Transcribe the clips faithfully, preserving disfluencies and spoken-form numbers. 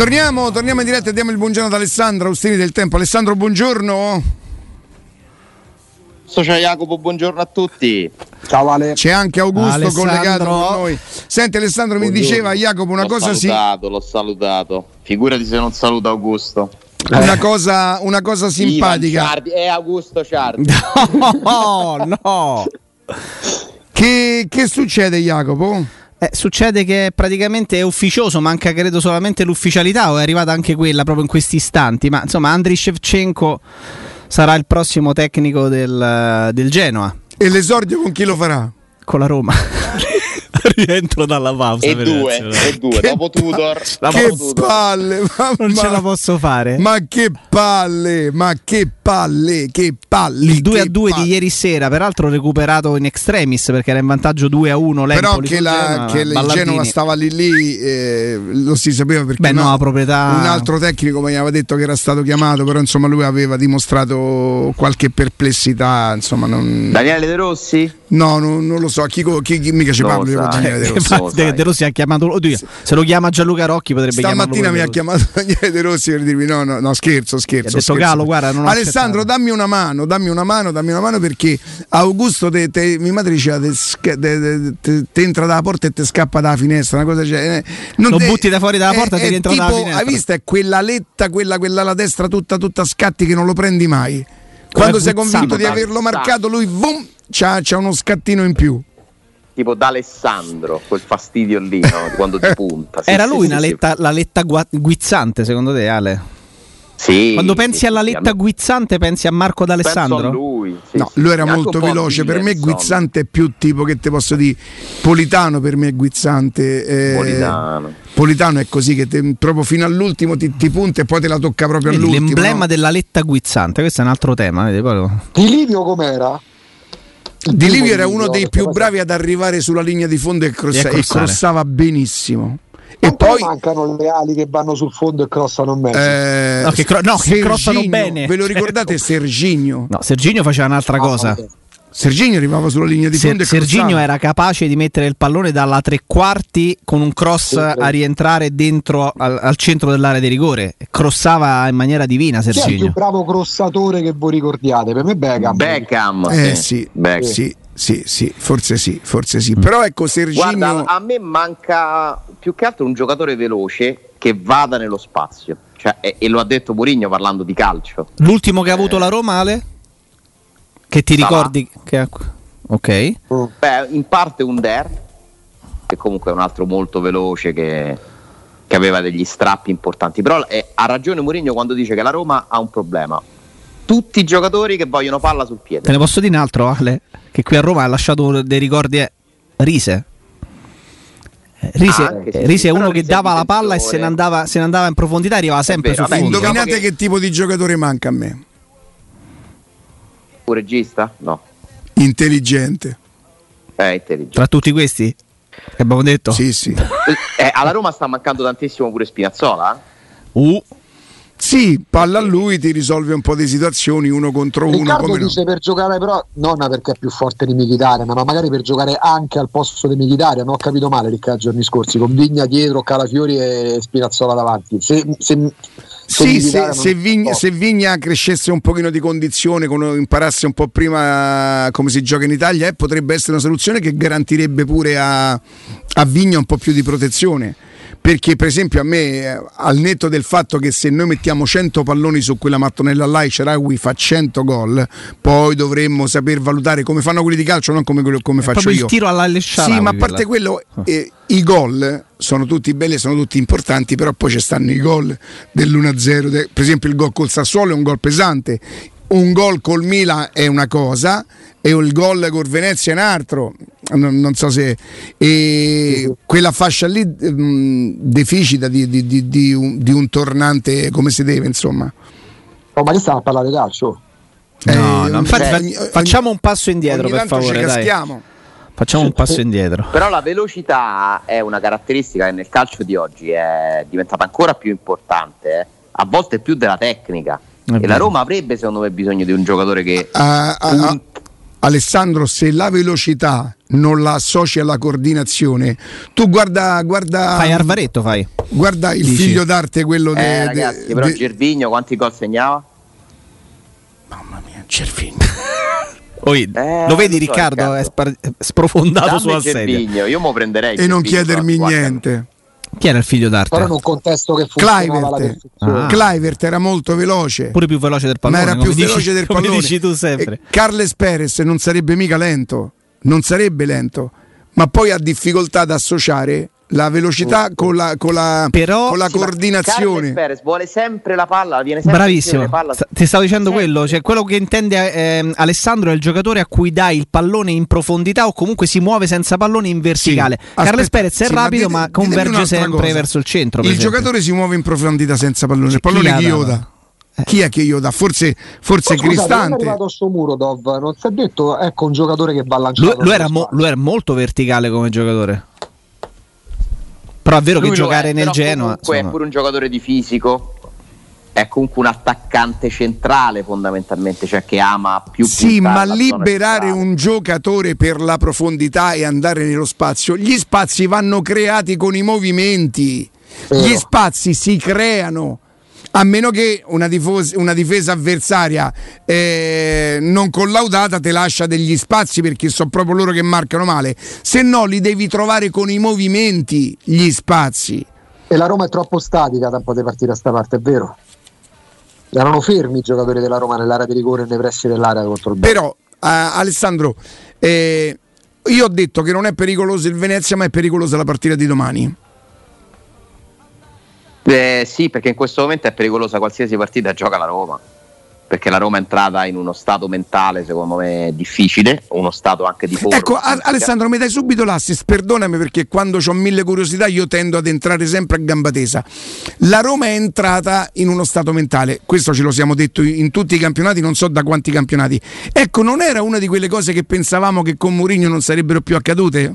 Torniamo, torniamo in diretta e diamo il buongiorno ad Alessandro Austini del Tempo. Alessandro, buongiorno. Ciao Jacopo, buongiorno a tutti. Ciao Ale. C'è anche Augusto Alessandro. collegato con noi. Senti Alessandro, buongiorno. Mi diceva Jacopo una l'ho cosa salutato, sì. L'ho salutato. Figurati se non saluto Augusto. Una cosa, una cosa simpatica. Ciardi, è Augusto Ciardi. No, no. Che, che succede, Jacopo? Eh, succede che praticamente è ufficioso, manca credo solamente l'ufficialità, o è arrivata anche quella proprio in questi istanti, ma insomma Andriy Shevchenko sarà il prossimo tecnico del, del Genoa. E l'esordio con chi lo farà? Con la Roma. Rientro dalla pausa e due, e due. Che dopo Tudor pa- dopo che Tudor. palle, ma, non ma, ce la posso fare. Ma che palle, ma che palle, che palle. Il due a due palle. di ieri sera, peraltro recuperato in extremis perché era in vantaggio due a uno. Però che, la, che il Genova stava lì lì eh, lo si sapeva perché Beh, no, no, la proprietà... un altro tecnico mi aveva detto che era stato chiamato, però insomma lui aveva dimostrato qualche perplessità, insomma non... Daniele De Rossi? No, non, non lo so, chi, chi, chi mica ci parlo io con Daniele De Rossi. De, De Rossi ha chiamato, oddio, sì. Se lo chiama Gianluca Rocchi potrebbe chiamarlo. Stamattina mi ha chiamato Daniele De Rossi per dirmi no, no, no, scherzo, scherzo. Ha detto scherzo. Galo, guarda, non Alessandro, dammi una mano, dammi una mano, dammi una mano perché Augusto te, te, mia madre diceva te, te, te, te entra dalla porta e te scappa dalla finestra, una cosa cioè, non lo te, butti da fuori dalla porta e ti rientra tipo, dalla finestra. Hai visto? È quella letta, quella, quella alla destra tutta tutta a scatti che non lo prendi mai. Quando sei convinto di averlo marcato, lui boom, c'ha, c'ha uno scattino in più. Tipo d'Alessandro, quel fastidio lì, no? Quando ti punta. Sì, Era sì, lui sì, una sì, letta, sì. la letta gua- guizzante, secondo te, Ale? Sì. Quando pensi sì, alla sì, letta sì, guizzante, pensi a Marco D'Alessandro? Penso a lui. Sì, no, sì, lui era sì, molto veloce. Per me insomma. Guizzante è più tipo, che te posso dire, Politano per me è Guizzante. Eh, Politano. Politano è così che te, proprio fino all'ultimo ti, ti punta e poi te la tocca proprio Vedi, all'ultimo. l'emblema no? della letta guizzante, questo è un altro tema. Vedi, poi... Di Livio com'era? Di Livio era uno dei più bravi ad arrivare sulla linea di fondo e, crossa- e crossava benissimo. Ma e poi mancano le ali che vanno sul fondo e crossano in mezzo. Eh, no, che, cro- no, che crossano bene. Ve lo ricordate Serginho? No, Serginho faceva un'altra cosa. okay. Serginho arrivava sulla linea di fondo Ser- e crossava. Serginho era capace di mettere il pallone dalla tre quarti con un cross sì, sì. a rientrare dentro al, al centro dell'area di rigore. Crossava in maniera divina Chi è il più Serginho. bravo crossatore che voi ricordiate? Per me Beckham. Beckham. Eh sì, Beckham. sì, sì, sì, forse sì, forse sì. Però ecco Serginho. Guarda, a me manca più che altro un giocatore veloce che vada nello spazio. Cioè, e, e lo ha detto Mourinho parlando di calcio. L'ultimo che ha avuto la Roma, Ale? Che ti Sarà. ricordi? Che ha... Ok. Beh, in parte un Der, che comunque è un altro molto veloce che, che aveva degli strappi importanti. Però eh, ha ragione Mourinho quando dice che la Roma ha un problema. Tutti i giocatori che vogliono palla sul piede. Te ne posso dire un altro, Ale? Che qui a Roma ha lasciato dei ricordi. Eh. Rise. Eh, Rise, Anche, sì, Rise sì, è uno però che Rise è dava la palla e difensore. se ne andava, se ne andava in profondità e arrivava sempre vero, sul vabbè, fondo. Indovinate diciamo che- che tipo di giocatore manca a me? Un regista? No. Intelligente. Eh, intelligente. Tra tutti questi che abbiamo detto. Sì, sì. Eh, alla Roma sta mancando tantissimo pure Spinazzola. eh? Uh. Sì, palla a lui, ti risolve un po' di situazioni uno contro uno. Riccardo Come no? dice per giocare però non perché è più forte di Mkhitaryan, ma magari per giocare anche al posto di Mkhitaryan. Non ho capito male Riccardo giorni scorsi, con Vigna dietro, Calafiori e Spinazzola davanti. Se, se, se Sì, se, Mkhitaryan se, non- Vigna, no. se Vigna crescesse un pochino di condizione, con- imparasse un po' prima come si gioca in Italia, eh, potrebbe essere una soluzione che garantirebbe pure a, a Vigna un po' più di protezione. Perché per esempio a me, eh, al netto del fatto che se noi mettiamo cento palloni su quella mattonella là, il Shaarawy fa cento gol, poi dovremmo saper valutare come fanno quelli di calcio, non come, quello- come È faccio proprio io. il tiro alla Sì, ma a parte quello, eh, i gol sono tutti belli, sono tutti importanti, però poi ci stanno i gol dell'uno a zero. De- per esempio il gol col Sassuolo è un gol pesante, un gol col Milan è una cosa e il gol col Venezia è un altro. Non, non so se e quella fascia lì mh, deficita di, di, di, di, un, di un tornante come si deve, insomma. Oh, ma lì stiamo a parlare di calcio. No, Eh, no, infatti cioè, fa- ogni- facciamo un passo indietro ogni per tanto favore, ci dai. caschiamo. Facciamo un passo indietro. Però la velocità è una caratteristica che nel calcio di oggi è diventata ancora più importante, eh. A volte più della tecnica. È E vero. la Roma avrebbe secondo me bisogno di un giocatore che Ah, ah, ah. un- Alessandro, se la velocità non la associ alla coordinazione, tu guarda, guarda fai Arvaretto, fai. Guarda il Dici. figlio d'arte, quello Eh, de, ragazzi, de, però de... Gervinho quanti gol segnava? Mamma mia, Gervinho. Oi, Eh, lo vedi lo so, Riccardo? Riccardo. È spar- sprofondato Dammi sulla sedia. Gervinho, io mo prenderei E non Gervinho, chiedermi però, guarda, niente. Chi era il figlio d'arte? Però in un contesto che funzionava alla Kluivert. perfezione. Ah. Kluivert era molto veloce, Pure più veloce del pallone, ma era come più dici- veloce del come pallone. dici tu sempre. E Carles Perez non sarebbe mica lento, non sarebbe lento, ma poi ha difficoltà ad associare la velocità con la, con la, Però- con la Sì, ma coordinazione. Carles Perez vuole sempre la palla, viene sempre Bravissimo, insieme la palla. Sta- ti stavo dicendo Sempre. quello, cioè quello che intende ehm, Alessandro è il giocatore a cui dai il pallone in profondità o comunque si muove senza pallone in verticale. Sì. Carles Aspetta, Perez è sì, rapido dite- ma ditemi converge un'altra sempre cosa. verso il centro. per Il esempio. giocatore si muove in profondità senza pallone, il Chi pallone l'ha chi glielo dato? dà? Chi è che glielo dà? Forse, forse Ma scusate, non è Cristante. arrivato sto Murodov, non si è detto ecco un giocatore che va Lui, lanciato. lui era mo- lui era molto verticale come giocatore. Però è vero Lui che lo giocare è, nel però Genoa comunque è insomma. pure un giocatore di fisico, è comunque un attaccante centrale fondamentalmente, cioè che ama più Sì, puntare ma alla zona liberare centrale. un giocatore per la profondità e andare nello spazio, gli spazi vanno creati con i movimenti, Vero. gli spazi si creano. A meno che una, tifos- una difesa avversaria eh, non collaudata te lascia degli spazi, perché sono proprio loro che marcano male, se no li devi trovare con i movimenti gli spazi. E la Roma è troppo statica da poter partire a sta parte, è vero. Erano fermi i giocatori della Roma nell'area di rigore e nei pressi dell'area contro il Bari. Però eh, Alessandro, eh, io ho detto che non è pericoloso il Venezia, ma è pericolosa la partita di domani. Eh, sì, perché in questo momento è pericolosa qualsiasi partita gioca la Roma, perché la Roma è entrata in uno stato mentale secondo me difficile, uno stato anche di forma. Ecco, a- Alessandro, mi dai subito l'assist, perdonami perché quando ho mille curiosità io tendo ad entrare sempre a gamba tesa. La Roma è entrata in uno stato mentale, questo ce lo siamo detto in tutti i campionati, non so da quanti campionati. Ecco, non era una di quelle cose che pensavamo che con Mourinho non sarebbero più accadute?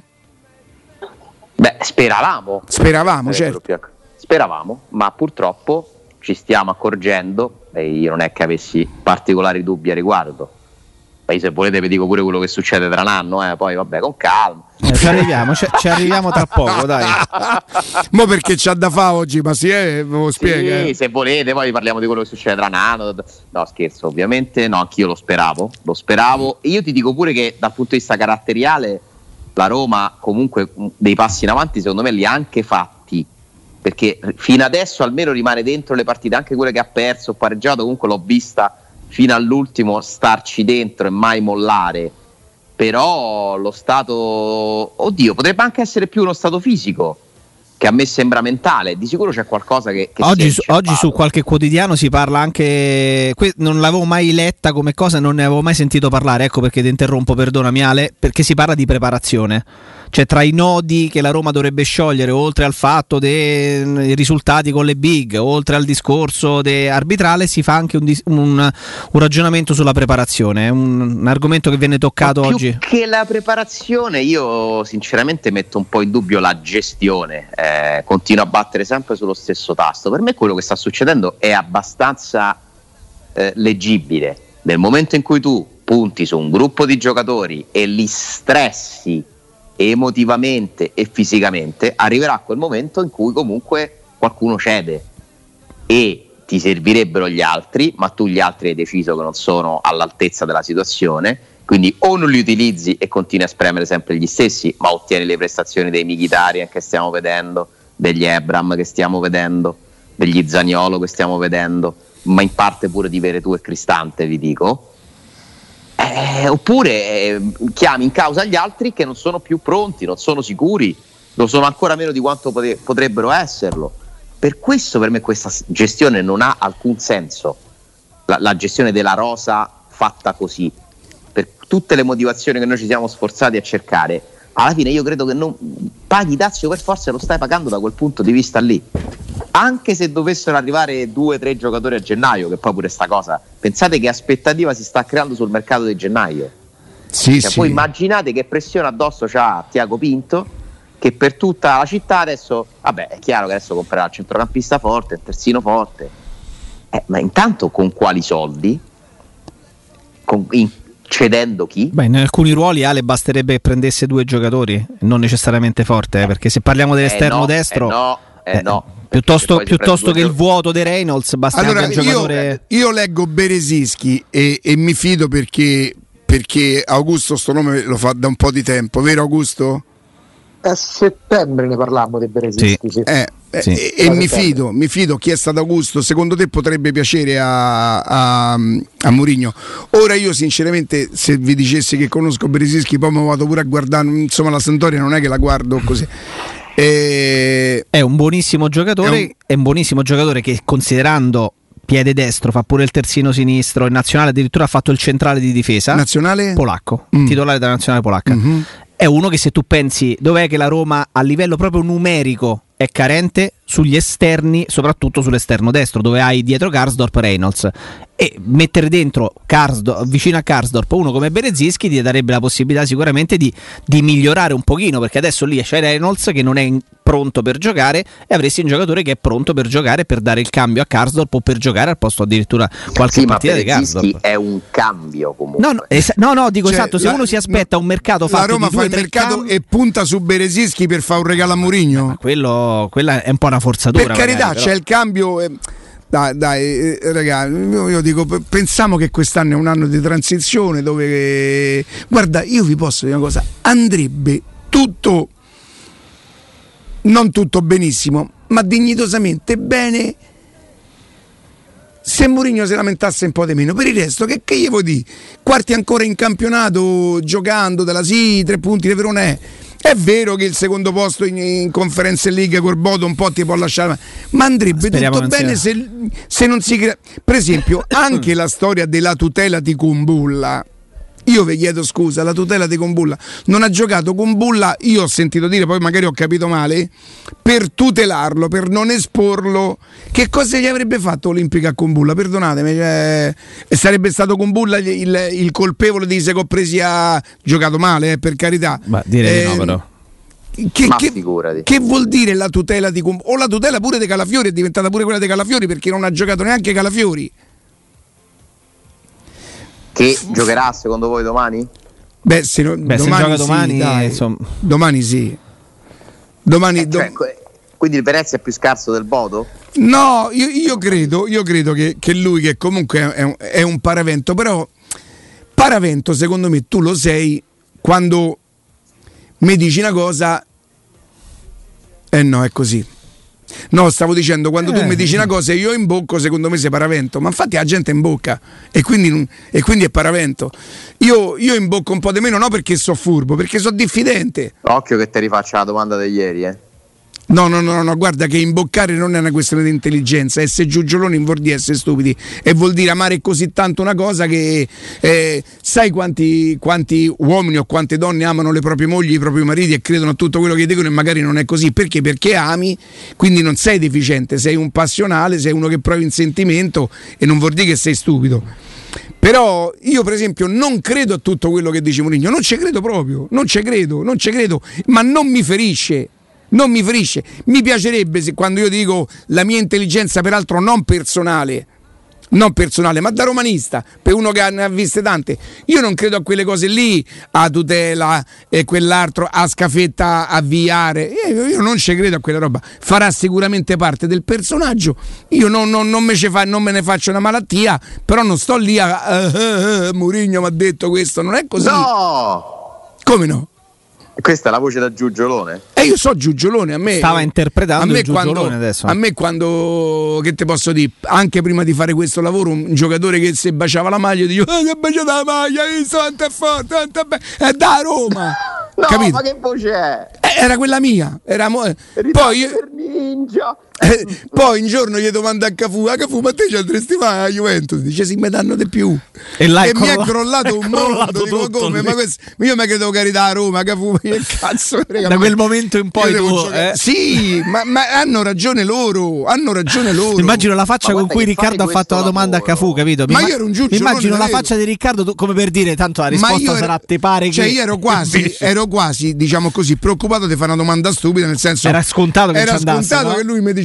Beh, speravamo. Speravamo, Sarebbero certo. più acc- Speravamo, ma purtroppo ci stiamo accorgendo, e io non è che avessi particolari dubbi a riguardo. Poi se volete vi dico pure quello che succede tra un anno, eh, poi vabbè, con calma. Eh, ci arriviamo, ci, ci arriviamo tra poco, dai. Mo perché c'ha da fa oggi, ma sì, eh, ve lo spiega. Sì, eh. se volete poi parliamo di quello che succede tra un anno. No, scherzo, ovviamente, no, anch'io lo speravo, lo speravo. E io ti dico pure che dal punto di vista caratteriale la Roma comunque dei passi in avanti secondo me li ha anche fatti, perché fino adesso almeno rimane dentro le partite, anche quelle che ha perso o pareggiato, comunque l'ho vista fino all'ultimo starci dentro e mai mollare. Però lo stato, oddio, potrebbe anche essere più uno stato fisico, che a me sembra mentale. Di sicuro c'è qualcosa che, che Oggi, si è su, oggi su inceppato. qualche quotidiano si parla anche, que- non l'avevo mai letta come cosa, non ne avevo mai sentito parlare, ecco perché ti interrompo, perdonami Ale, perché si parla di preparazione, cioè tra i nodi che la Roma dovrebbe sciogliere, oltre al fatto dei risultati con le big, oltre al discorso de- arbitrale, si fa anche un, dis- un, un ragionamento sulla preparazione, è un, un argomento che viene toccato Ma più oggi. che la preparazione, io sinceramente metto un po' in dubbio la gestione, eh, continuo a battere sempre sullo stesso tasto. Per me quello che sta succedendo è abbastanza eh, leggibile. Nel momento in cui tu punti su un gruppo di giocatori e li stressi emotivamente e fisicamente, arriverà quel momento in cui comunque qualcuno cede e ti servirebbero gli altri, ma tu gli altri hai deciso che non sono all'altezza della situazione, quindi o non li utilizzi e continui a spremere sempre gli stessi, ma ottieni le prestazioni dei Mkhitaryan che stiamo vedendo, degli Ebram che stiamo vedendo, degli Zaniolo che stiamo vedendo, ma in parte pure di Veretù e Cristante, vi dico. Eh, oppure eh, chiami in causa gli altri che non sono più pronti, non sono sicuri, lo sono ancora meno di quanto pote- potrebbero esserlo. Per questo per me questa s- gestione non ha alcun senso, la, la gestione della rosa fatta così, per tutte le motivazioni che noi ci siamo sforzati a cercare. Alla fine io credo che non paghi dazio per forza e lo stai pagando da quel punto di vista lì. Anche se dovessero arrivare due o tre giocatori a gennaio, che poi pure sta cosa, pensate che aspettativa si sta creando sul mercato di gennaio. Sì, Cioè, sì. Voi immaginate che pressione addosso c'ha Tiago Pinto, che per tutta la città adesso, vabbè, è chiaro che adesso comprerà il centrocampista forte, il terzino forte, eh, ma intanto con quali soldi? Con, in, cedendo chi? Beh, in alcuni ruoli Ale basterebbe che prendesse due giocatori, non necessariamente forte, eh, perché se parliamo dell'esterno eh no, destro, eh no, eh eh, no. piuttosto, piuttosto che il vuoto di Reynolds, basta allora, un giocatore. Io, io leggo Beresischi e, e mi fido perché, perché Augusto sto nome lo fa da un po' di tempo, vero Augusto? A settembre ne parlammo di Beresischi, sì. sì. Eh, sì. E, e mi fido, mi fido, chi è stato Augusto, secondo te potrebbe piacere a, a, a Mourinho? Ora io sinceramente se vi dicessi che conosco Beresischi poi mi vado pure a guardare, insomma la Sampdoria non è che la guardo così. E... È un buonissimo giocatore, è un... è un buonissimo giocatore che considerando piede destro fa pure il terzino sinistro, in nazionale addirittura ha fatto il centrale di difesa. Nazionale? Polacco, mm. titolare della nazionale polacca. Mm-hmm. È uno che se tu pensi dov'è che la Roma a livello proprio numerico è carente sugli esterni, soprattutto sull'esterno destro, dove hai dietro Karsdorp Reynolds, e mettere dentro Karsdorp, vicino a Karsdorp uno come Beresischi ti darebbe la possibilità sicuramente di, di migliorare un pochino, perché adesso lì c'è Reynolds che non è in, pronto per giocare e avresti un giocatore che è pronto per giocare, per dare il cambio a Karsdorp o per giocare al posto addirittura qualche sì, partita ma di Karsdorp. È un cambio comunque. No, no, es- no, no dico cioè, esatto, se la, uno si aspetta no, un mercato fatto la Roma di due, fa il mercato cambi, e punta su Beresischi per fare un regalo a Mourinho. ma quello, quella è un po' una forzatura. Per carità, magari, c'è il cambio. Eh, dai, dai eh, ragazzi, io, io dico, pensiamo che quest'anno è un anno di transizione dove, eh, guarda, io vi posso dire una cosa, andrebbe tutto, non tutto benissimo, ma dignitosamente bene se Mourinho si lamentasse un po' di meno. Per il resto, che, che gli vuoi dire? Quarti ancora in campionato, giocando della sì, tre punti di Verona. È vero che il secondo posto in, in Conference League col Bodo un po' ti può lasciare, ma andrebbe Speriamo tutto bene se, se non si crea. Per esempio, anche la storia della tutela di Kumbulla. Io vi chiedo scusa, la tutela di Kumbulla non ha giocato Kumbulla, io ho sentito dire, poi magari ho capito male, per tutelarlo, per non esporlo. Che cosa gli avrebbe fatto Olimpica a Kumbulla? Perdonatemi, cioè, sarebbe stato Kumbulla il, il, il colpevole di se che ho presi a giocato male, eh, per carità. Ma direi eh, di no, però. Che, che, che vuol dire la tutela di Kumbulla? O la tutela pure di Calafiori è diventata pure quella di Calafiori perché non ha giocato neanche Calafiori. Che giocherà secondo voi domani? Beh, se, no, Beh, domani, se gioca sì, domani, dai. Insomma. Domani sì. Domani, eh, cioè, dom- quindi il Venezia è più scarso del Bodo? No, io, io credo, io credo che, che lui, che comunque è un, è un paravento, però paravento secondo me tu lo sei quando mi dici una cosa e eh no, è così. No, stavo dicendo, quando tu eh. mi dici una cosa e io imbocco, secondo me sei paravento, ma infatti la gente imbocca e quindi, e quindi è paravento. Io, io imbocco un po' di meno, no perché so furbo, perché so diffidente. Occhio che ti rifaccia la domanda di ieri, eh. No, no, no, no, guarda che imboccare non è una questione di intelligenza, essere giugioloni vuol dire essere stupidi e vuol dire amare così tanto una cosa che eh, sai quanti, quanti uomini o quante donne amano le proprie mogli, i propri mariti e credono a tutto quello che dicono e magari non è così, perché? Perché ami, quindi non sei deficiente, sei un passionale, sei uno che provi un sentimento e non vuol dire che sei stupido. Però io per esempio non credo a tutto quello che dice Mourinho, non ci credo proprio, non ci credo, non ci credo, ma non mi ferisce. Non mi ferisce, mi piacerebbe se quando io dico la mia intelligenza, peraltro non personale, non personale, ma da romanista, per uno che ne ha viste tante, io non credo a quelle cose lì, a tutela e quell'altro, a scafetta, a viare, io, io non ci credo a quella roba, farà sicuramente parte del personaggio, io non, non, non, me, fa, non me ne faccio una malattia, però non sto lì a uh, uh, uh, Mourinho mi ha detto questo, non è così. No! Come no? Questa è la voce da Giugiolone. E eh, io so Giugiolone, a me stava interpretando a me il Giugiolone quando, adesso. A me quando, che te posso dire, anche prima di fare questo lavoro, un giocatore che se baciava la maglia dico, ah, che baciata la maglia, hai visto quanto è forte, quanto è bello, è da Roma. No, capito? Ma che voce è? Eh, era quella mia, era mo- poi io, per ninja. Eh, poi un giorno gli domanda a Cafu, a Cafu, ma te ci andresti mai a Juventus? Dice sì, mi danno di più. E, là e crolla- mi è crollato un mondo. Dico, come? Ma questo, io mi credevo carità a Roma, Cafu, che cazzo? Frega, da quel momento in poi tu, eh? Sì, ma, ma hanno ragione loro, hanno ragione loro. Immagino la faccia con cui Riccardo ha fatto la domanda lavoro. a Cafu, capito? Ma io ero un giugiolone. Immagino la faccia di Riccardo tu, come per dire, tanto la risposta ero, sarà te pare cioè che... io ero quasi, ero quasi, diciamo così, preoccupato di fare una domanda stupida, nel senso era scontato che era ci andasse, scontato no? che lui mi diceva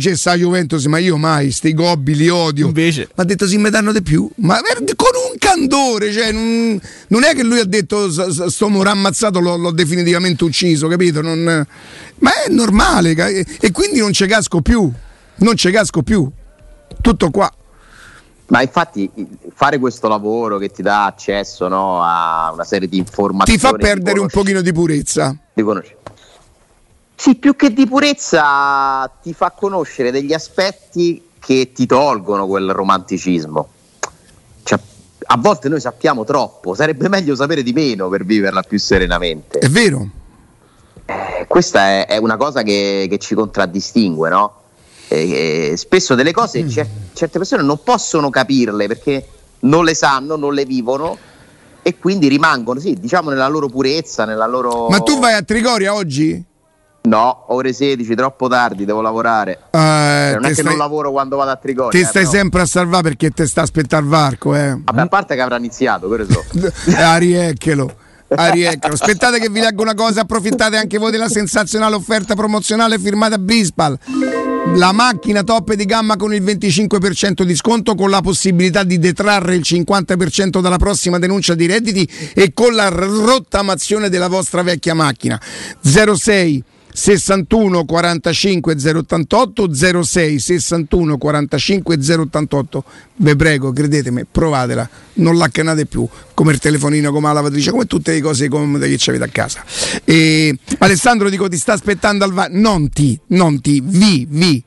dicesse a Juventus ma io mai sti gobbi li odio, invece ma ha detto sì, mi danno di più, ma con un candore, cioè non, non è che lui ha detto sto Murà ammazzato l'ho, l'ho definitivamente ucciso, capito? Non, ma è normale, e quindi non ci casco più, non ci casco più, tutto qua. Ma infatti fare questo lavoro che ti dà accesso, no, a una serie di informazioni ti fa perdere un pochino di purezza. Di conoscere. Sì, più che di purezza ti fa conoscere degli aspetti che ti tolgono quel romanticismo. Cioè, a volte noi sappiamo troppo, sarebbe meglio sapere di meno per viverla più serenamente. È vero. Eh, questa è, è una cosa che, che ci contraddistingue, no? Eh, spesso delle cose cer- certe persone non possono capirle perché non le sanno, non le vivono e quindi rimangono, sì, diciamo nella loro purezza, nella loro... Ma tu vai a Trigoria oggi? No, ore sedici, troppo tardi, devo lavorare. Uh, cioè, non è che stai... non lavoro quando vado a Trigoria. Ti stai eh, sempre a salvare perché te sta aspettando il varco, eh. Vabbè, a parte che avrà iniziato, che so. Ariecchelo. Ariecchelo. Aspettate che vi leggo una cosa, approfittate anche voi della sensazionale offerta promozionale firmata Bispal. La macchina top di gamma con il venticinque per cento di sconto, con la possibilità di detrarre il cinquanta per cento dalla prossima denuncia di redditi e con la rottamazione della vostra vecchia macchina. zero sei sessantuno quarantacinque zero ottantotto zero sei sessantuno quarantacinque zero ottantotto. Vi prego, credetemi, provatela, non l'accannate più, come il telefonino, come la lavatrice, come tutte le cose comode che avete a casa. E Alessandro, dico, ti sta aspettando al va- non ti, non ti, vi, vi.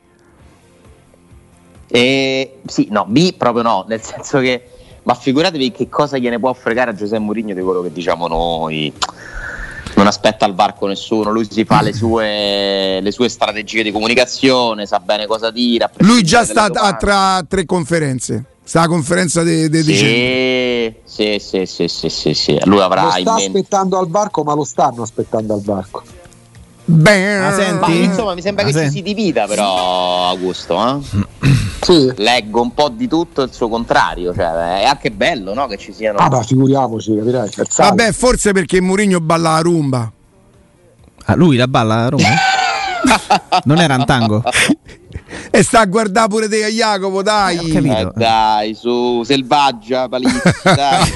Eh, sì, no, vi proprio no, nel senso che, ma figuratevi che cosa gliene può fregare a Giuseppe Mourinho di quello che diciamo noi. Non aspetta al varco nessuno, lui si fa le sue, le sue strategie di comunicazione, sa bene cosa dire. Lui già sta a tra tre conferenze, sta a conferenza di de- sì, dicembre. Sì, sì, sì, sì, sì, sì. Lui avrà lo sta in mente... aspettando al varco, ma lo stanno aspettando al varco. Beh, ah, senti? Ma, insomma, mi sembra ah, che senti? ci si divida però, Augusto, eh? Sì. Leggo un po' di tutto il suo contrario, cioè è anche bello, no, che ci siano. Ah, ma figuriamoci, capirai. Vabbè, forse perché Mourinho balla la rumba. Ah, lui la balla a Roma? Non era un tango? E sta a guardare pure te, Jacopo, dai. Eh, dai, su, selvaggia, Palizzi, dai.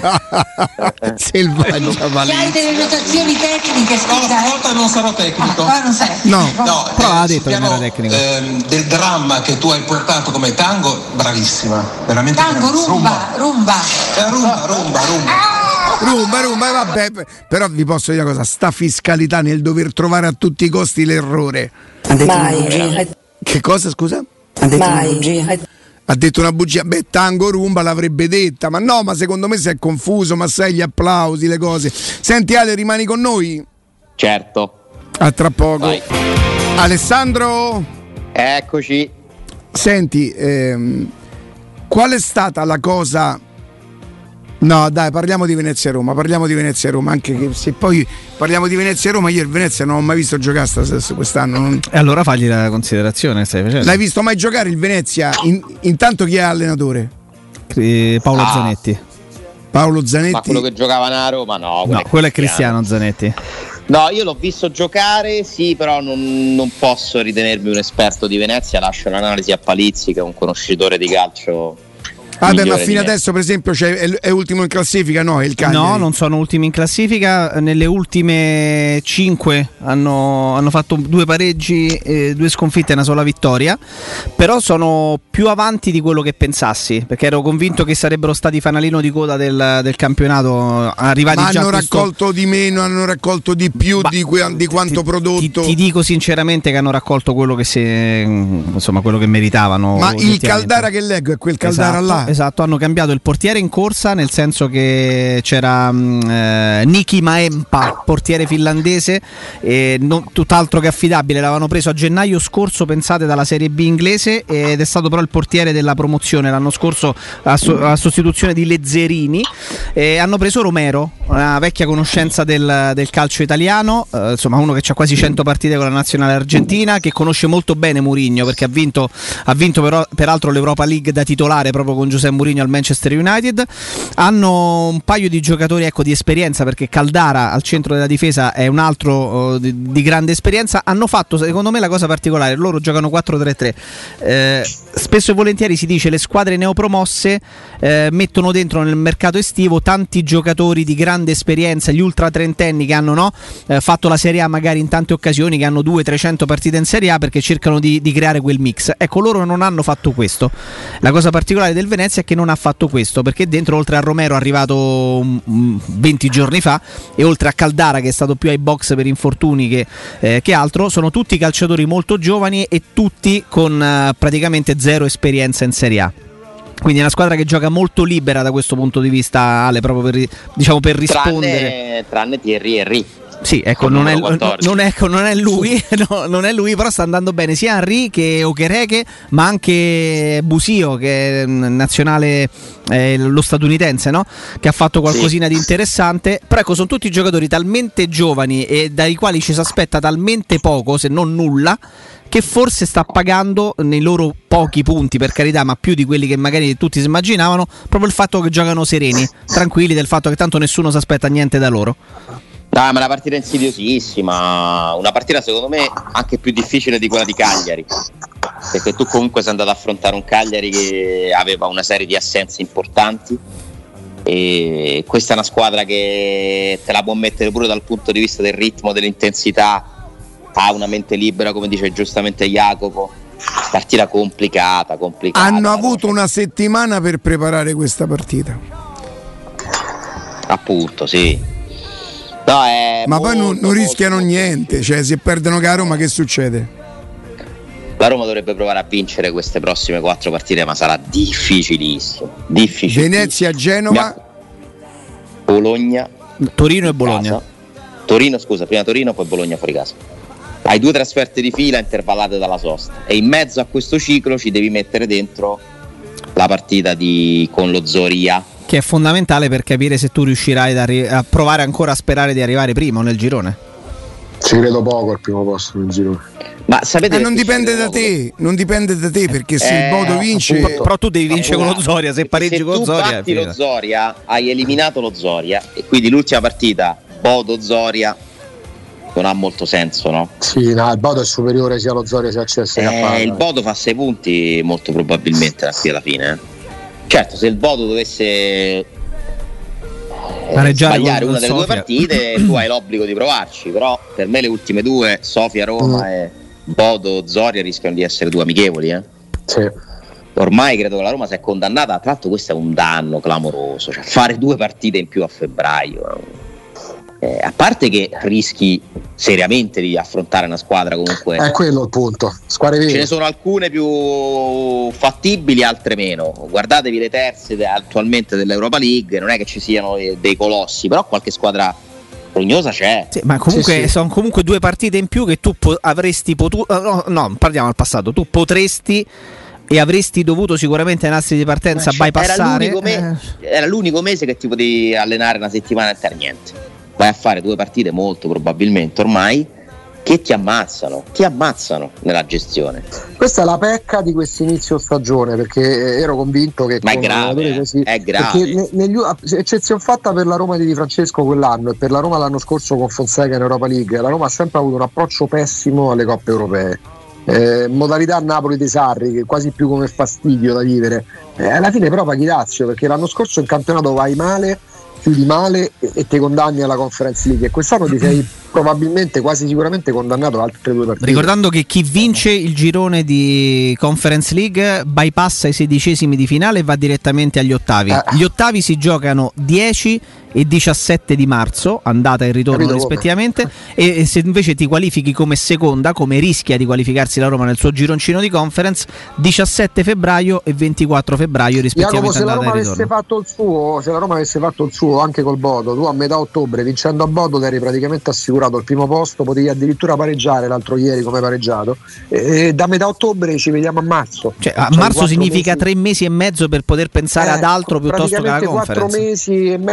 Selvaggia, Palizzi. Hai delle notazioni tecniche, No, scusa. stavolta non sarò tecnico. Ah, non sei. No. No, Però ha sul detto che non piano, era tecnico. ehm, del dramma che tu hai portato come tango, bravissima, veramente Tango, bravissima. rumba, rumba. Eh, rumba, rumba, rumba. Rumba, rumba, vabbè. Però vi posso dire una cosa, sta fiscalità nel dover trovare a tutti i costi l'errore. Mai. Che cosa, scusa? Mai. Ha detto una bugia. Beh, tango rumba l'avrebbe detta, ma no, ma secondo me si è confuso, ma sai gli applausi, le cose. Senti Ale, rimani con noi? Certo. A tra poco. Vai. Alessandro, Eccoci. senti, ehm, qual è stata la cosa... No, dai, parliamo di Venezia Roma, parliamo di Venezia Roma, anche che se poi parliamo di Venezia Roma, io il Venezia non ho mai visto giocare stas- quest'anno. Non... E allora fagli la considerazione, stai facendo. L'hai visto mai giocare il Venezia? In- intanto chi è allenatore? Eh, Paolo Ah. Zanetti. Paolo Zanetti. Ma quello che giocava nella Roma, no. No, quello è Cristiano Zanetti. No, io l'ho visto giocare, sì, però non, non posso ritenermi un esperto di Venezia, lascio l'analisi a Palizzi, che è un conoscitore di calcio. Ah, beh, ma migliore fino di me. adesso, per esempio, cioè, è, è ultimo in classifica? No, è il Cagliari. No, non sono ultimi in classifica. Nelle ultime cinque hanno, hanno fatto due pareggi, eh, due sconfitte e una sola vittoria. Però sono più avanti di quello che pensassi, perché ero convinto che sarebbero stati fanalino di coda del, del campionato. Arrivati Ma già hanno a questo... raccolto di meno, hanno raccolto di più Ba- di, que- di quanto ti, prodotto. Ti, ti dico sinceramente che hanno raccolto quello che, se, insomma, quello che meritavano. Ma il oggettivamente. Caldara che leggo è quel Caldara Esatto, là. esatto, hanno cambiato il portiere in corsa, nel senso che c'era mh, eh, Niki Maempa, portiere finlandese, e non, tutt'altro che affidabile. L'avevano preso a gennaio scorso, pensate, dalla Serie B inglese, ed è stato però il portiere della promozione l'anno scorso a, so- a sostituzione di Lezzerini. E hanno preso Romero, una vecchia conoscenza del, del calcio italiano, eh, insomma uno che ha quasi cento partite con la nazionale argentina, che conosce molto bene Mourinho perché ha vinto, ha vinto però, peraltro l'Europa League da titolare proprio con José Mourinho al Manchester United. Hanno un paio di giocatori, ecco, di esperienza, perché Caldara al centro della difesa è un altro uh, di, di grande esperienza. Hanno fatto secondo me la cosa particolare, loro giocano quattro tre tre, eh, spesso e volentieri si dice le squadre neopromosse eh, mettono dentro nel mercato estivo tanti giocatori di grande esperienza, gli ultra trentenni che hanno no, eh, fatto la Serie A magari in tante occasioni, che hanno duecento trecento partite in Serie A, perché cercano di, di creare quel mix. Ecco, loro non hanno fatto questo. La cosa particolare del Venezia è che non ha fatto questo, perché dentro, oltre a Romero arrivato um, venti giorni fa, e oltre a Caldara che è stato più ai box per infortuni che, eh, che altro, sono tutti calciatori molto giovani e tutti con uh, praticamente zero esperienza in Serie A. Quindi è una squadra che gioca molto libera da questo punto di vista, Ale, proprio per, diciamo, per rispondere. Tranne, tranne Thierry Henry. Sì, ecco, non è, non, è, non è lui, no, non è lui, però sta andando bene sia Henry che Okereke, ma anche Busio, che è nazionale, eh, lo statunitense, no? Che ha fatto qualcosina sì. di interessante. Però ecco, sono tutti giocatori talmente giovani e dai quali ci si aspetta talmente poco, se non nulla, che forse sta pagando nei loro pochi punti, per carità, ma più di quelli che magari tutti si immaginavano, proprio il fatto che giocano sereni, tranquilli, del fatto che tanto nessuno si aspetta niente da loro. No, ma è una partita insidiosissima, una partita secondo me anche più difficile di quella di Cagliari, perché tu comunque sei andato ad affrontare un Cagliari che aveva una serie di assenze importanti, e questa è una squadra che te la può mettere pure dal punto di vista del ritmo, dell'intensità, ha una mente libera, come dice giustamente Jacopo. Partita complicata, complicata. Hanno avuto una settimana per preparare questa partita. Appunto, sì. No, è ma molto, poi non, non rischiano molto, niente, cioè se perdono con la Roma che succede? La Roma dovrebbe provare a vincere queste prossime quattro partite, ma sarà difficilissimo, difficilissimo. Venezia, Genova, Bologna, Torino e Bologna. Casa. Torino, scusa, prima Torino, poi Bologna fuori casa. Hai due trasferte di fila intervallate dalla sosta, e in mezzo a questo ciclo ci devi mettere dentro la partita di, con lo Zoria, che è fondamentale per capire se tu riuscirai ad arri- a provare ancora a sperare di arrivare primo nel girone. Ci credo poco al primo posto nel girone. Ma sapete, eh, non dipende da te, non dipende da te, perché se eh, il Bodo vince, appunto, però tu devi vincere con lo Zoria, se pareggi con lo Zoria. Se tu batti lo Zoria, hai eliminato lo Zoria, e quindi l'ultima partita Bodo Zoria non ha molto senso, no? Sì, no, il Bodo è superiore sia allo Zoria sia a C S K. Eh, il Bodo fa sei punti molto probabilmente da qui alla fine. Eh. Certo, se il Bodo dovesse eh, sbagliare una delle Sofia. due partite, tu hai l'obbligo di provarci, però per me le ultime due, Sofia-Roma mm. e Bodo-Zoria, rischiano di essere due amichevoli. Eh? Sì. Ormai credo che la Roma sia condannata, tra l'altro questo è un danno clamoroso, cioè fare due partite in più a febbraio. Eh, a parte che rischi seriamente di affrontare una squadra comunque, è quello il punto, squadre vere. Ce ne sono alcune più fattibili, altre meno. Guardatevi le terze attualmente dell'Europa League, non è che ci siano dei colossi, però qualche squadra rognosa c'è. Sì, ma comunque sì, sì. sono comunque due partite in più che tu po- avresti potuto, no, no, parliamo al passato, tu potresti e avresti dovuto sicuramente ai nastri di partenza cioè, bypassare. Era l'unico, me- eh. era l'unico mese che ti potevi allenare una settimana e per niente. Vai a fare due partite molto probabilmente ormai che ti ammazzano, ti ammazzano nella gestione. Questa è la pecca di questo inizio stagione, perché ero convinto che ma è grave, così, è grave. Ne, negli, eccezione fatta per la Roma di Di Francesco quell'anno e per la Roma l'anno scorso con Fonseca in Europa League, la Roma ha sempre avuto un approccio pessimo alle coppe europee. Eh, modalità Napoli dei Sarri, che è quasi più come fastidio da vivere. Eh, alla fine però paghi dazio, perché l'anno scorso in campionato vai male, chiudi male e, e ti condanni alla Conference League, e quest'anno ti sei probabilmente quasi sicuramente condannato ad altre due partite. Ricordando che chi vince il girone di Conference League bypassa i sedicesimi di finale e va direttamente agli ottavi. Eh. Gli ottavi si giocano dieci e diciassette di marzo, andata e ritorno Capito rispettivamente, e, e se invece ti qualifichi come seconda, come rischia di qualificarsi la Roma nel suo gironcino di Conference, diciassette febbraio e ventiquattro febbraio rispettivamente. Jacopo, se la andata Roma e ritorno. avesse fatto il suo, se la Roma avesse fatto il suo anche col Bodo, tu a metà ottobre vincendo a Bodo ti eri praticamente assicurato il primo posto, potevi addirittura pareggiare l'altro ieri come pareggiato, e da metà ottobre ci vediamo a marzo. Cioè, a cioè, marzo significa mesi. tre mesi e mezzo per poter pensare eh, ad altro piuttosto che alla Conference. quattro mesi e mezzo certo. Ci sarebbe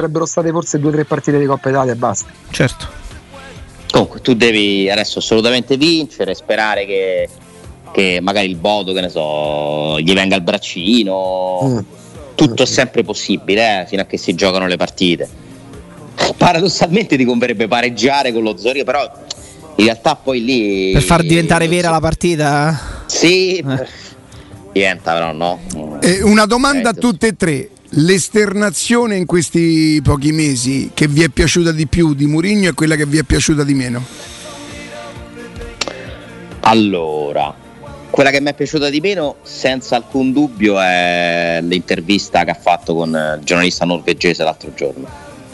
sarebbero state forse due o tre partite di Coppa Italia e basta. Certo. Comunque tu devi adesso assolutamente vincere, sperare che, che magari il Bodo, che ne so, gli venga il braccino. Mm. Tutto è sempre possibile, eh, fino a che si giocano le partite. Paradossalmente ti converrebbe pareggiare con lo Zorio, però in realtà poi lì per far diventare vera la partita? Sì, eh. diventa però no. Eh, una domanda a tutte e tre. L'esternazione in questi pochi mesi che vi è piaciuta di più di Mourinho e quella che vi è piaciuta di meno? Allora, quella che mi è piaciuta di meno senza alcun dubbio è l'intervista che ha fatto con il giornalista norvegese l'altro giorno,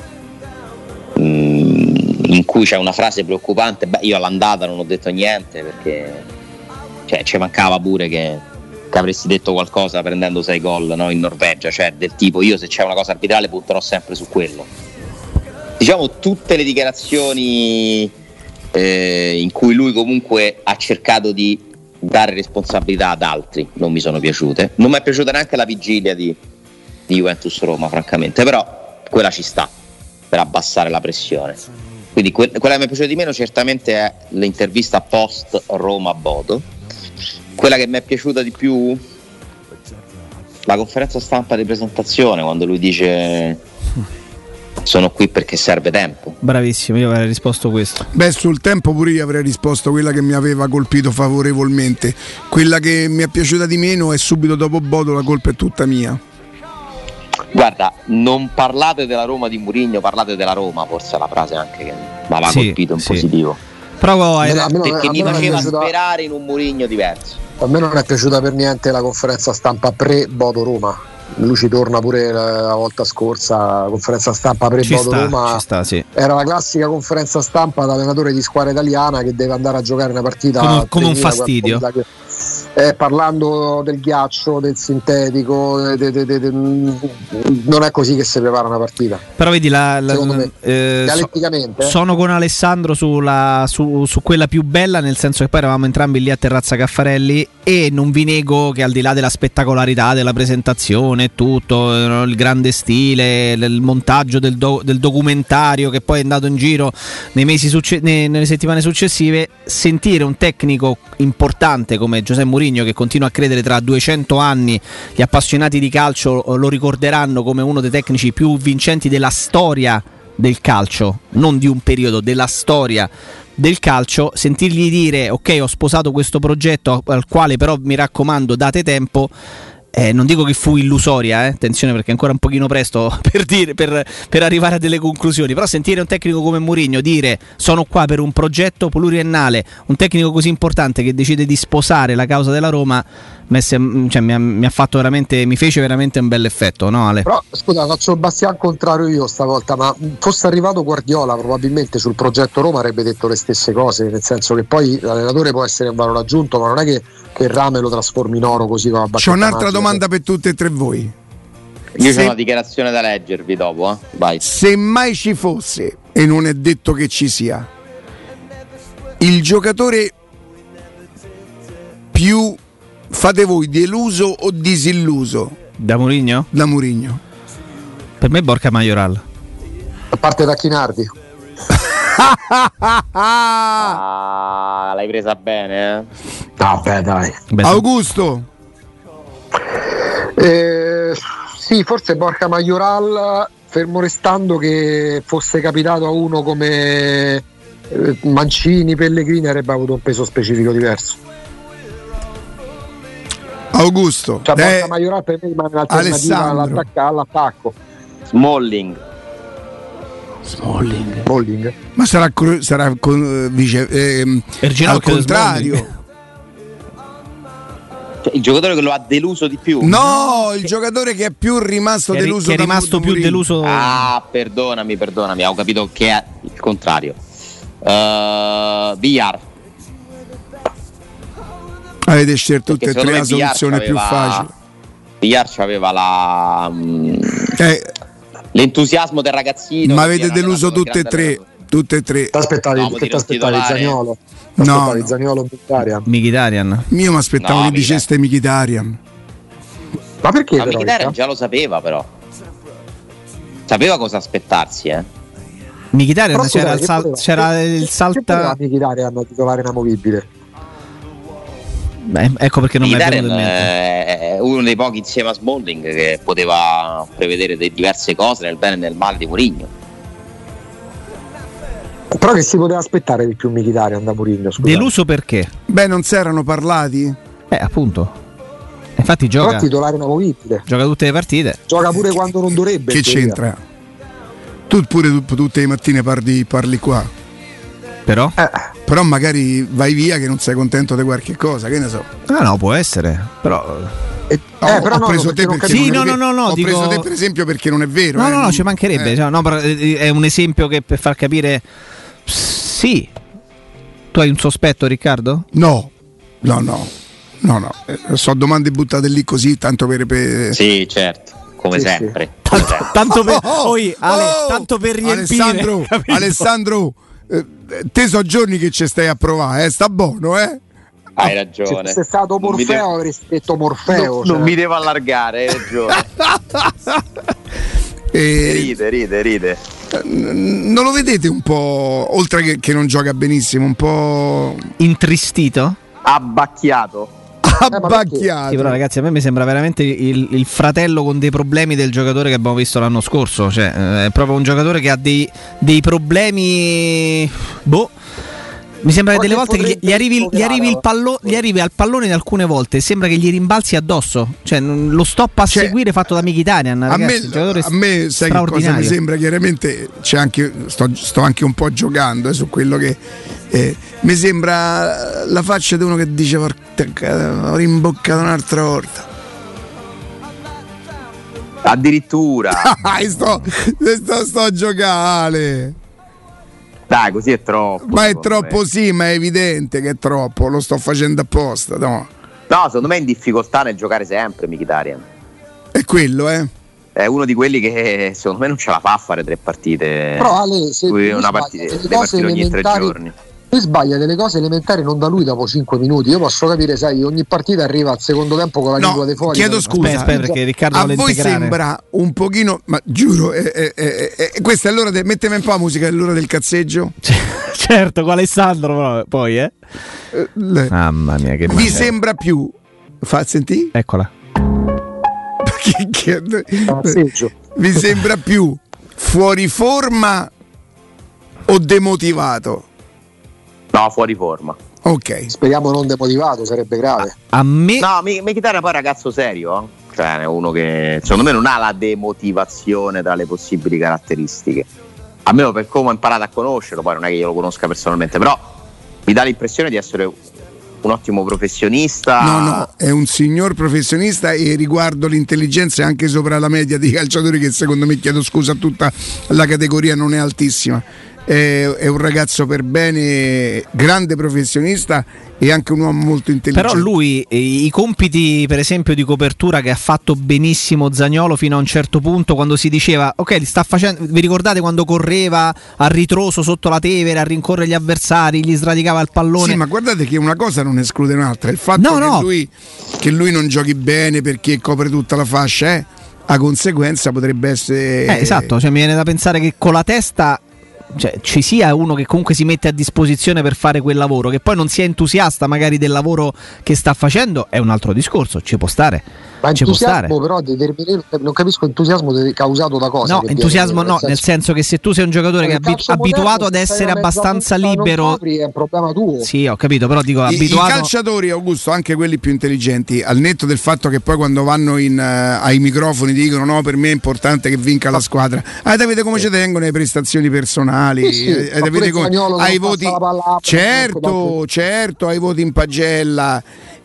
mm, in cui c'è una frase preoccupante. Beh, io all'andata non ho detto niente perché cioè, ci mancava pure che che avresti detto qualcosa prendendo sei gol, no, in Norvegia, cioè del tipo io se c'è una cosa arbitrale punterò sempre su quello. Diciamo tutte le dichiarazioni eh, in cui lui comunque ha cercato di dare responsabilità ad altri non mi sono piaciute. Non mi è piaciuta neanche la vigilia di, di Juventus Roma, francamente, però quella ci sta per abbassare la pressione. Quindi que- quella che mi è piaciuta di meno certamente è l'intervista post Roma Bodo. Quella che mi è piaciuta di più, la conferenza stampa di presentazione, quando lui dice sono qui perché serve tempo. Bravissimo, io avrei risposto questo. Beh, sul tempo pure io avrei risposto quella che mi aveva colpito favorevolmente. Quella che mi è piaciuta di meno è subito dopo Bodo, la colpa è tutta mia. Guarda, non parlate della Roma di Mourinho, parlate della Roma, forse è la frase anche che mi aveva sì, colpito in sì. positivo. Provo a... me, perché me, mi faceva piaciuta... sperare in un Mourinho diverso. A me non è piaciuta per niente la conferenza stampa pre-Bodo Roma. Lui ci torna pure la, la volta scorsa, la conferenza stampa pre-Bodo Roma. Ci sta, sì. Era la classica conferenza stampa da allenatore di squadra italiana che deve andare a giocare una partita come, come un fastidio. Eh, parlando del ghiaccio, del sintetico, de, de, de, de, non è così che si prepara una partita. Però vedi, la, la, me, eh, dialetticamente so, sono con Alessandro sulla, su, su quella più bella, nel senso che poi eravamo entrambi lì a Terrazza Caffarelli e non vi nego che al di là della spettacolarità della presentazione e tutto, il grande stile, il montaggio del, do, del documentario che poi è andato in giro nei mesi succe- nei, nelle settimane successive, sentire un tecnico importante come Giuseppe Mourinho, che continua a credere tra duecento anni gli appassionati di calcio lo ricorderanno come uno dei tecnici più vincenti della storia del calcio, non di un periodo, della storia del calcio, sentirgli dire ok, ho sposato questo progetto al quale però mi raccomando date tempo. Eh, non dico che fu illusoria, eh? Attenzione, perché è ancora un pochino presto per, dire, per, per arrivare a delle conclusioni, però sentire un tecnico come Mourinho dire sono qua per un progetto pluriennale, un tecnico così importante che decide di sposare la causa della Roma, cioè, mi, ha, mi ha fatto veramente, mi fece veramente un bel effetto, no Ale? Però scusa, faccio il bastian contrario io stavolta, ma fosse arrivato Guardiola probabilmente sul progetto Roma avrebbe detto le stesse cose, nel senso che poi l'allenatore può essere un valore aggiunto, ma non è che, che il rame lo trasformi in oro così con la bacchetta. C'ho un'altra magica. Domanda per tutte e tre voi. Io Se... ho una dichiarazione da leggervi dopo, eh? Vai. Se mai ci fosse, e non è detto che ci sia, il giocatore più, fate voi, deluso o disilluso da Mourinho? Da Mourinho. Per me Borca Majoral. A parte Tacchinardi. Ah, l'hai presa bene, eh? Vabbè, dai. Beh, Augusto. Eh, sì, forse Borca Majoral, fermo restando che fosse capitato a uno come eh, Mancini, Pellegrini, avrebbe avuto un peso specifico diverso. Augusto. Cioè, eh, Borca Majoral per me rimane un'alternativa all'attacco, all'attacco. Smalling. Smalling. Smalling. Ma sarà, sarà con, vice, ehm, al contrario. Cioè, il giocatore che lo ha deluso di più? No, il giocatore che è più rimasto che è, deluso che è da, rimasto da più Mourinho. deluso. Ah, perdonami, perdonami, ho capito che è il contrario. Uh, Villar. Avete scelto tutte e tre la Villar soluzione più facile. Villar c'aveva la um, eh, l'entusiasmo del ragazzino. Ma avete deluso tutte e tre. Tutte e tre. T'aspettavi, no, che ti aspettavi Zaniolo? No, no. Zaniolo Mkhitaryan. Mkhitaryan. Io mi aspettavo no, che diceste Mkhitaryan. Ma perché? Ma però, Mkhitaryan già lo sapeva, però. sapeva cosa aspettarsi, eh. Mkhitaryan Però, c'era, scusate, il, che sal- poteva- c'era che- il che salta. poteva Mkhitaryan a titolare inamovibile? Beh, ecco perché non mi è Mkhitaryan venuto in mente. è uno dei pochi insieme a Smalling che poteva prevedere de- diverse cose nel bene e nel male di Mourinho. Però che si poteva aspettare di più Mkhitaryan da Mourinho? Scusate. Deluso perché? Beh, non si erano parlati? Eh, appunto. Infatti Però gioca, titolare inamovibile. gioca tutte le partite. Gioca pure quando non dovrebbe. Che in teoria. c'entra? Tu pure tu, tutte le mattine parli, parli qua. Però? Eh, Però magari vai via che non sei contento di qualche cosa, che ne so. Ah no, può essere. Però. eh, No, eh, però ho no, preso perché te non perché Sì, non è no, ve- no, no, no, ho dico- preso te per esempio perché non è vero. No, eh, no, no, non- ci mancherebbe. eh. cioè, no, però, eh, è un esempio che per far capire. Sì. Tu hai un sospetto, Riccardo? No, no, no, no, no. Eh, so domande buttate lì così, tanto per... per... Sì, certo, come Sì, sempre. Come sempre. Tanto per, Oh, Oi, Ale, oh, tanto per riempire. Alessandro, capito? Alessandro, eh, te so giorni che ci stai a provare, eh, sta buono, eh? Hai se ragione. fosse stato Non mi Morfeo devo- avresti detto Morfeo. non, cioè. non mi devo allargare, hai ragione. E, Ride, ride, ride. n- non lo vedete un po', oltre che, che non gioca benissimo, un po' Intristito? Abbacchiato. abbacchiato? Sì, però ragazzi, a me mi sembra veramente il, il fratello con dei problemi del giocatore che abbiamo visto l'anno scorso. Cioè, eh, è proprio un giocatore che ha dei, dei problemi. Boh. Mi sembra che Poi delle che volte che gli, potrebbe gli arrivi, il- gli, arrivi il pallo- ricoverare. gli arrivi al pallone in alcune volte, sembra che gli rimbalzi addosso. Cioè, non- lo stop a Cioè, seguire fatto da Mkhitaryan. A Ragazzi, me, un giocatore a me sai che cosa mi straordinario. sembra? Chiaramente c'è anche, sto, sto anche un po' giocando eh, su quello che eh, mi sembra la faccia di uno che dice "Porca, ho rimboccato un'altra volta". Addirittura. Dai, sto, sto, sto a giocare. Dai, così è troppo. Ma è secondo troppo, me. sì, ma è evidente che è troppo. Lo sto facendo apposta. No. No, secondo me è in difficoltà nel giocare sempre Mkhitaryan. È quello, eh. È uno di quelli che secondo me non ce la fa a fare tre partite. Però Ale, se Lui lui una sbaglia partita, delle le cose partite ogni tre elementari- giorni. Lui sbaglia delle cose elementari non da lui dopo cinque minuti. Io posso capire, sai, ogni partita arriva al secondo tempo con la No, lingua di fuori. chiedo Aspetta, scusa. Aspetta, aspetta, perché Riccardo A vuole voi integrare. sembra un pochino, ma giuro, eh, eh, eh, eh, questa è l'ora del. Mettemi un po' la musica, è l'ora del cazzeggio. Certo, con Alessandro però, poi, eh. Eh, le- Mamma mia, che Vi macello. sembra più. Fa sentì? Eccola. Che- che- Passeggio. Vi sembra più fuori forma o demotivato? No, fuori forma. Ok. Speriamo non demotivato, sarebbe grave. A me No, Mi- Mkhitaryan poi è un ragazzo serio, eh. Cioè è uno che secondo me non ha la demotivazione tra le possibili caratteristiche. Almeno per come ho imparato a conoscerlo, poi non è che io lo conosca personalmente, però mi dà l'impressione di essere un ottimo professionista. No, no, è un signor professionista e riguardo l'intelligenza è anche sopra la media dei calciatori che secondo me, chiedo scusa, tutta la categoria non è altissima. È, è un ragazzo per bene, grande professionista e anche un uomo molto intelligente. Però lui eh, i compiti per esempio di copertura che ha fatto benissimo Zaniolo fino a un certo punto, quando si diceva ok, li sta facendo, vi ricordate quando correva a ritroso sotto la tevere a rincorrere gli avversari, gli sradicava il pallone? Sì, ma guardate che una cosa non esclude un'altra. Il fatto No, che, no. Lui, che lui non giochi bene perché copre tutta la fascia, eh, a conseguenza potrebbe essere. Eh, esatto, cioè mi viene da pensare che con la testa, cioè, ci sia uno che comunque si mette a disposizione per fare quel lavoro, che poi non sia entusiasta magari del lavoro che sta facendo, è un altro discorso, ci può stare. Ma Ci può stare. entusiasmo però determinato, non capisco entusiasmo de- causato da cosa. No, che entusiasmo viene, no, nel senso che se tu sei un giocatore che è nel abitu- calcio moderno, abituato ad se stai essere una mezza abbastanza punta, non libero. copri, è un problema tuo. Sì, ho capito, però dico I, i abituato. calciatori, Augusto, anche quelli più intelligenti, al netto del fatto che poi quando vanno in, uh, ai microfoni dicono no, per me è importante che vinca la squadra. Ah, sapete come ci tengono le prestazioni personali? Sì, sì, eh, ma sapete pure come- Zaniolo che ai non voti, passa la palla, certo, comunque, certo, ai voti in pagella.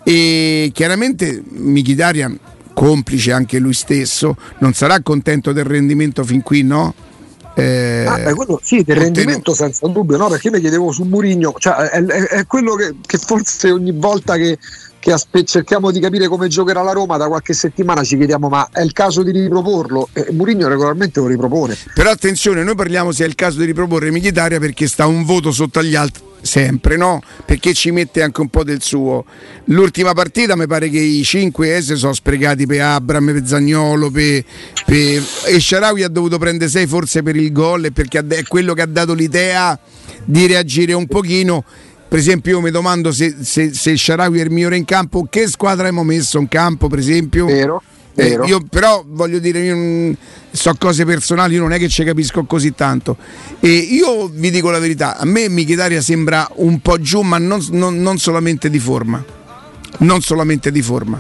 E chiaramente Mkhitaryan, complice anche lui stesso, non sarà contento del rendimento fin qui, no? Eh, Ah, beh, quello sì, del ottenere- rendimento senza dubbio, no? Perché io mi chiedevo su Mourinho, cioè è, è- è quello che, che forse ogni volta che, che aspe- cerchiamo di capire come giocherà la Roma da qualche settimana ci chiediamo ma è il caso di riproporlo? E Mourinho regolarmente lo ripropone. Però attenzione, noi parliamo se è il caso di riproporre Mkhitaryan perché sta un voto sotto agli altri sempre, no? Perché ci mette anche un po' del suo. L'ultima partita mi pare che i cinque si sono sprecati per Abram, per Zaniolo, per, per... e Shaarawy ha dovuto prendere sei forse per il gol, e perché è quello che ha dato l'idea di reagire un pochino. Per esempio io mi domando se, se, se Shaarawy è il migliore in campo, che squadra abbiamo messo in campo, per esempio? Vero. Eh, io però voglio dire, io non, so cose personali, io non è che ci capisco così tanto, e io vi dico la verità, a me Mkhitaryan sembra un po' giù, ma non, non, non solamente di forma, non solamente di forma,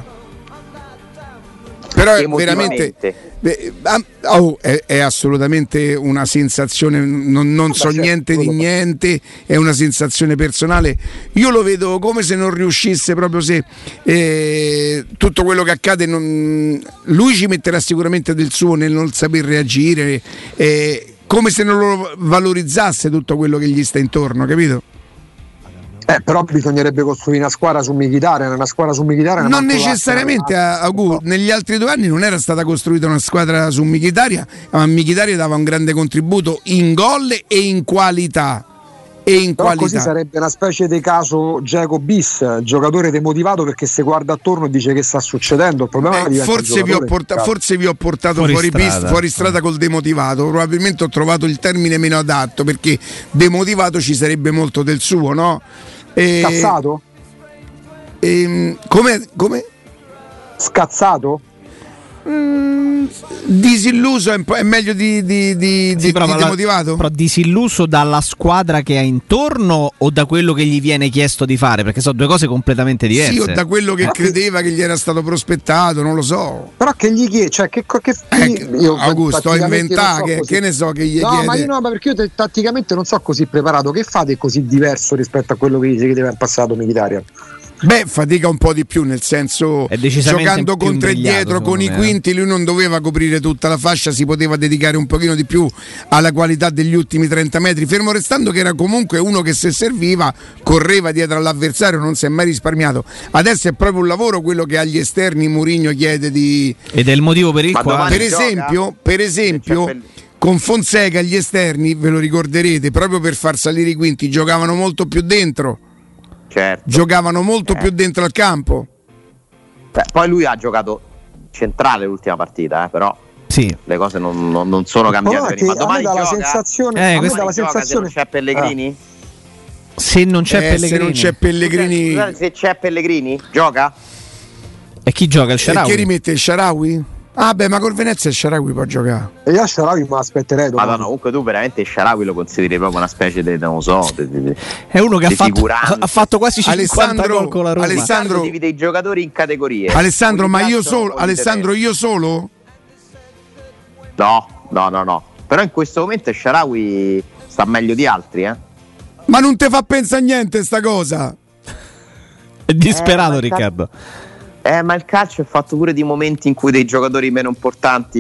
però è veramente oh, è, è assolutamente una sensazione, non, non so niente di niente, è una sensazione personale. Io lo vedo come se non riuscisse proprio, se eh, tutto quello che accade non, lui ci metterà sicuramente del suo nel non saper reagire, eh, come se non lo valorizzasse tutto quello che gli sta intorno, capito? Eh, però bisognerebbe costruire una squadra su Mkhitaryan, una squadra su Mkhitaryan. Non necessariamente, Agu, negli altri due anni non era stata costruita una squadra su Mkhitaryan, ma Mkhitaryan dava un grande contributo in gol e in qualità. E in però qualità. Così sarebbe una specie di caso Dzeko bis, giocatore demotivato perché se guarda attorno e dice che sta succedendo. Il problema eh, forse, vi ho porta- forse vi ho portato fuori, fuori, strada. Pista, fuori strada col demotivato. Probabilmente ho trovato il termine meno adatto, perché demotivato ci sarebbe molto del suo, no? E... Scazzato? E... Come? Come? Scazzato? Mm, disilluso è, è meglio di, di, di, sì, di, però, di demotivato? Però disilluso dalla squadra che ha intorno o da quello che gli viene chiesto di fare? Perché sono due cose completamente diverse. Sì, o da quello che credeva che gli era stato prospettato, non lo so. Però che gli chiede, cioè che, che eh, io Augusto, ho inventato, so che, che ne so che gli no, chiede. ma io no, ma perché io te, tatticamente non so così preparato. Che fate così diverso rispetto a quello che gli chiedeva in passato Mkhitaryan? Beh, fatica un po' di più, nel senso, giocando contro e dietro con i quinti, lui non doveva coprire tutta la fascia, si poteva dedicare un pochino di più alla qualità degli ultimi trenta metri, fermo restando che era comunque uno che se serviva correva dietro all'avversario, non si è mai risparmiato. Adesso è proprio un lavoro quello che agli esterni Mourinho chiede di... Ed è il motivo per il quale... Per esempio, per esempio con Fonseca gli esterni, ve lo ricorderete, proprio per far salire i quinti giocavano molto più dentro. Certo. Giocavano molto eh. più dentro al campo. Beh, poi lui ha giocato centrale l'ultima partita, eh, però sì. le cose non, non, non sono cambiate. Oh, ma domani dà gioca, la sensazione, eh, questa la sensazione se non c'è Pellegrini? Ah. Se non c'è eh, Pellegrini, se non c'è Pellegrini, Scusate, se c'è Pellegrini, gioca? E chi gioca? Il Shaarawy? E chi rimette il Shaarawy? Ah beh, ma col Venezia il Shaarawy può giocare. E io a Shaarawy mi aspetterei domani. Madonna, comunque tu veramente il Shaarawy lo consideri proprio una specie di, non lo so, di, di, è uno che ha fatto, ha fatto quasi cinquanta gol con la Roma. Alessandro divide i giocatori in categorie. Alessandro, ma io solo, Alessandro, io solo? No, no, no, no. Però in questo momento il Shaarawy sta meglio di altri, eh. Ma non te fa pensare niente sta cosa? È disperato, eh, Riccardo. Eh, ma il calcio è fatto pure di momenti in cui dei giocatori meno importanti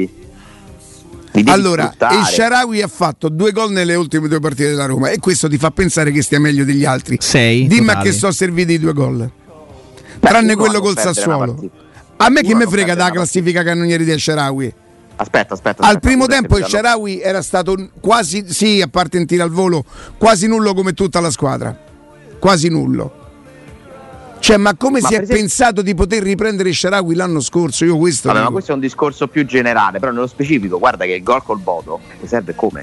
li devi allora, sfruttare. Il Shaarawy ha fatto due gol nelle ultime due partite della Roma e questo ti fa pensare che stia meglio degli altri. Sei Dimmi totali. a che sono serviti i due gol. Beh, tranne quello col Sassuolo. A me chi me frega dalla classifica cannonieri del Shaarawy? Aspetta, aspetta. Al aspetta, primo tempo il Shaarawy era stato quasi, sì, a parte in tiro al volo, quasi nullo come tutta la squadra. Quasi nullo. Cioè, ma come ma si è esempio... pensato di poter riprendere Shaarawy l'anno scorso? Io questo Vabbè, ma questo è un discorso più generale, però nello specifico guarda che il gol col Bodo ti serve come?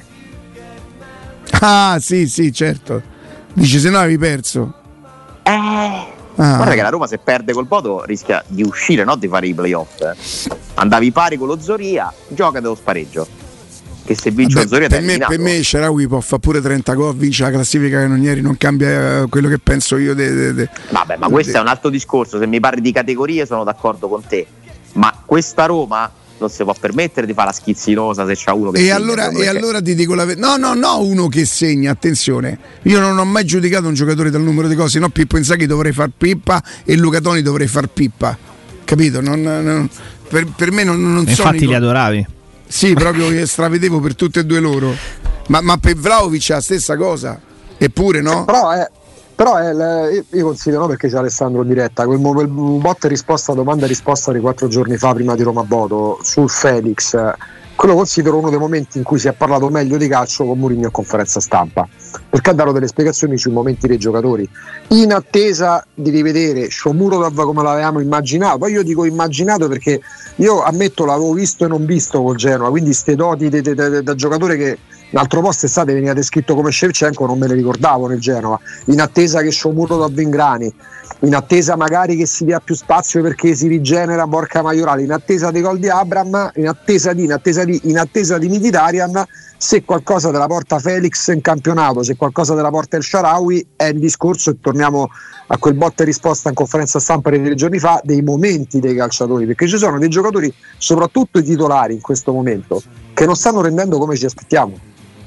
Ah sì sì certo. Dice se no avevi perso. Eh ah. Guarda che la Roma se perde col Bodo rischia di uscire, no di fare i playoff, eh. Andavi pari con lo Zoria, gioca dello spareggio, che se vince lo Zoria per me, per me Shaarawy può fare pure trenta gol, vince la classifica cannonieri, non cambia quello che penso io de, de, de, vabbè, ma questo de... è un altro discorso. Se mi parli di categorie sono d'accordo con te, ma questa Roma non si può permettere di fare la schizzinosa se c'ha uno che e segna, allora, e che... allora ti dico la verità, no no no uno che segna, attenzione, io non ho mai giudicato un giocatore dal numero di cose, no, Pippo Inzaghi dovrei far pippa e Luca Toni dovrei far pippa, capito? Non, non, per, per me non, non sono infatti li adoravi. Sì, proprio che stravedevo per tutte e due loro. Ma, ma per Vlahovic è la stessa cosa. Eppure no? Però è, però è io considero, no, perché c'è Alessandro in diretta, quel, quel botta e risposta, domanda e risposta di quattro giorni fa prima di Roma Bodo sul Felix, quello considero uno dei momenti in cui si è parlato meglio di calcio con Mourinho in conferenza stampa. perché ha dato delle spiegazioni sui momenti dei giocatori, in attesa di rivedere Shomurodov come l'avevamo immaginato. Poi io dico immaginato perché io ammetto l'avevo visto e non visto col Genoa, quindi ste doti de, de, de, da giocatore che l'altro posto estate veniva descritto come Shevchenko, non me le ricordavo nel Genova, in attesa che Shomurodov ingrani, in attesa magari che si dia più spazio perché si rigenera Borca Maiorale, in attesa dei gol di Abram, in attesa di, in attesa di, in attesa di Mkhitaryan. Se qualcosa della porta Felix in campionato, se qualcosa della porta El Shaarawy, è il discorso, e torniamo a quel botta e risposta in conferenza stampa di tre giorni fa, dei momenti dei calciatori, perché ci sono dei giocatori, soprattutto i titolari in questo momento, che non stanno rendendo come ci aspettiamo.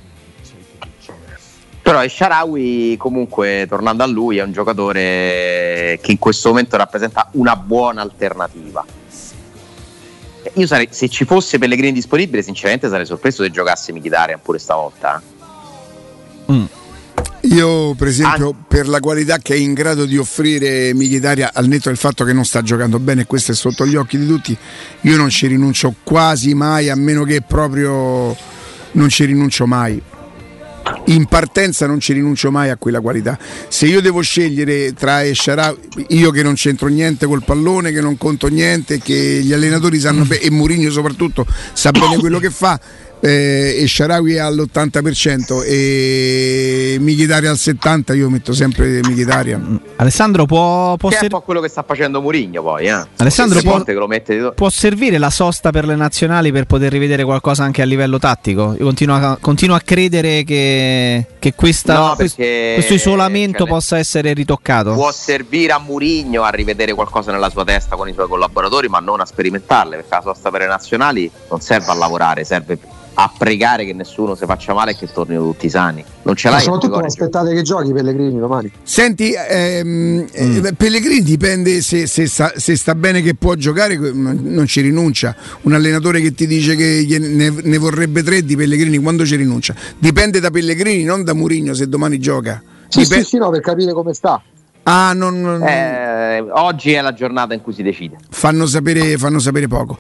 Però El Shaarawy, comunque, tornando a lui, è un giocatore che in questo momento rappresenta una buona alternativa. Io sarei, se ci fosse Pellegrini disponibile, sinceramente sarei sorpreso se giocasse Mkhitaryan pure stavolta. Mm. Io per esempio, An- per la qualità che è in grado di offrire Mkhitaryan, al netto del fatto che non sta giocando bene, e questo è sotto gli occhi di tutti, io non ci rinuncio quasi mai, a meno che proprio non ci rinuncio mai. In partenza non ci rinuncio mai a quella qualità. Se io devo scegliere tra El Shaarawy, io che non c'entro niente col pallone, che non conto niente, che gli allenatori sanno bene, e Mourinho soprattutto sa bene quello che fa, eh, El Shaarawy all'ottanta per cento e Mkhitaryan al settanta per cento, io metto sempre Mkhitaryan. Alessandro può, può che ser- è un po' quello che sta facendo Mourinho poi, eh. Alessandro può, che lo mette di... può servire la sosta per le nazionali per poter rivedere qualcosa anche a livello tattico? Io continuo a, continuo a credere che, che questa, no, questo, questo isolamento cioè, possa essere ritoccato. Può servire a Mourinho a rivedere qualcosa nella sua testa con i suoi collaboratori, ma non a sperimentarle, perché la sosta per le nazionali non serve a lavorare, serve a pregare che nessuno si faccia male e che tornino tutti sani. Non ce l'hai. Ma soprattutto aspettate che giochi Pellegrini domani. Senti, ehm, mm. eh, Pellegrini dipende se, se, sta, se sta bene che può giocare, non ci rinuncia. Un allenatore che ti dice che ne, ne vorrebbe tre di Pellegrini, quando ci rinuncia? Dipende da Pellegrini, non da Mourinho, se domani gioca. Sì, Dipende... sì, sì, no, per capire come sta. Ah, non, non... Eh, oggi è la giornata in cui si decide. Fanno sapere, fanno sapere poco.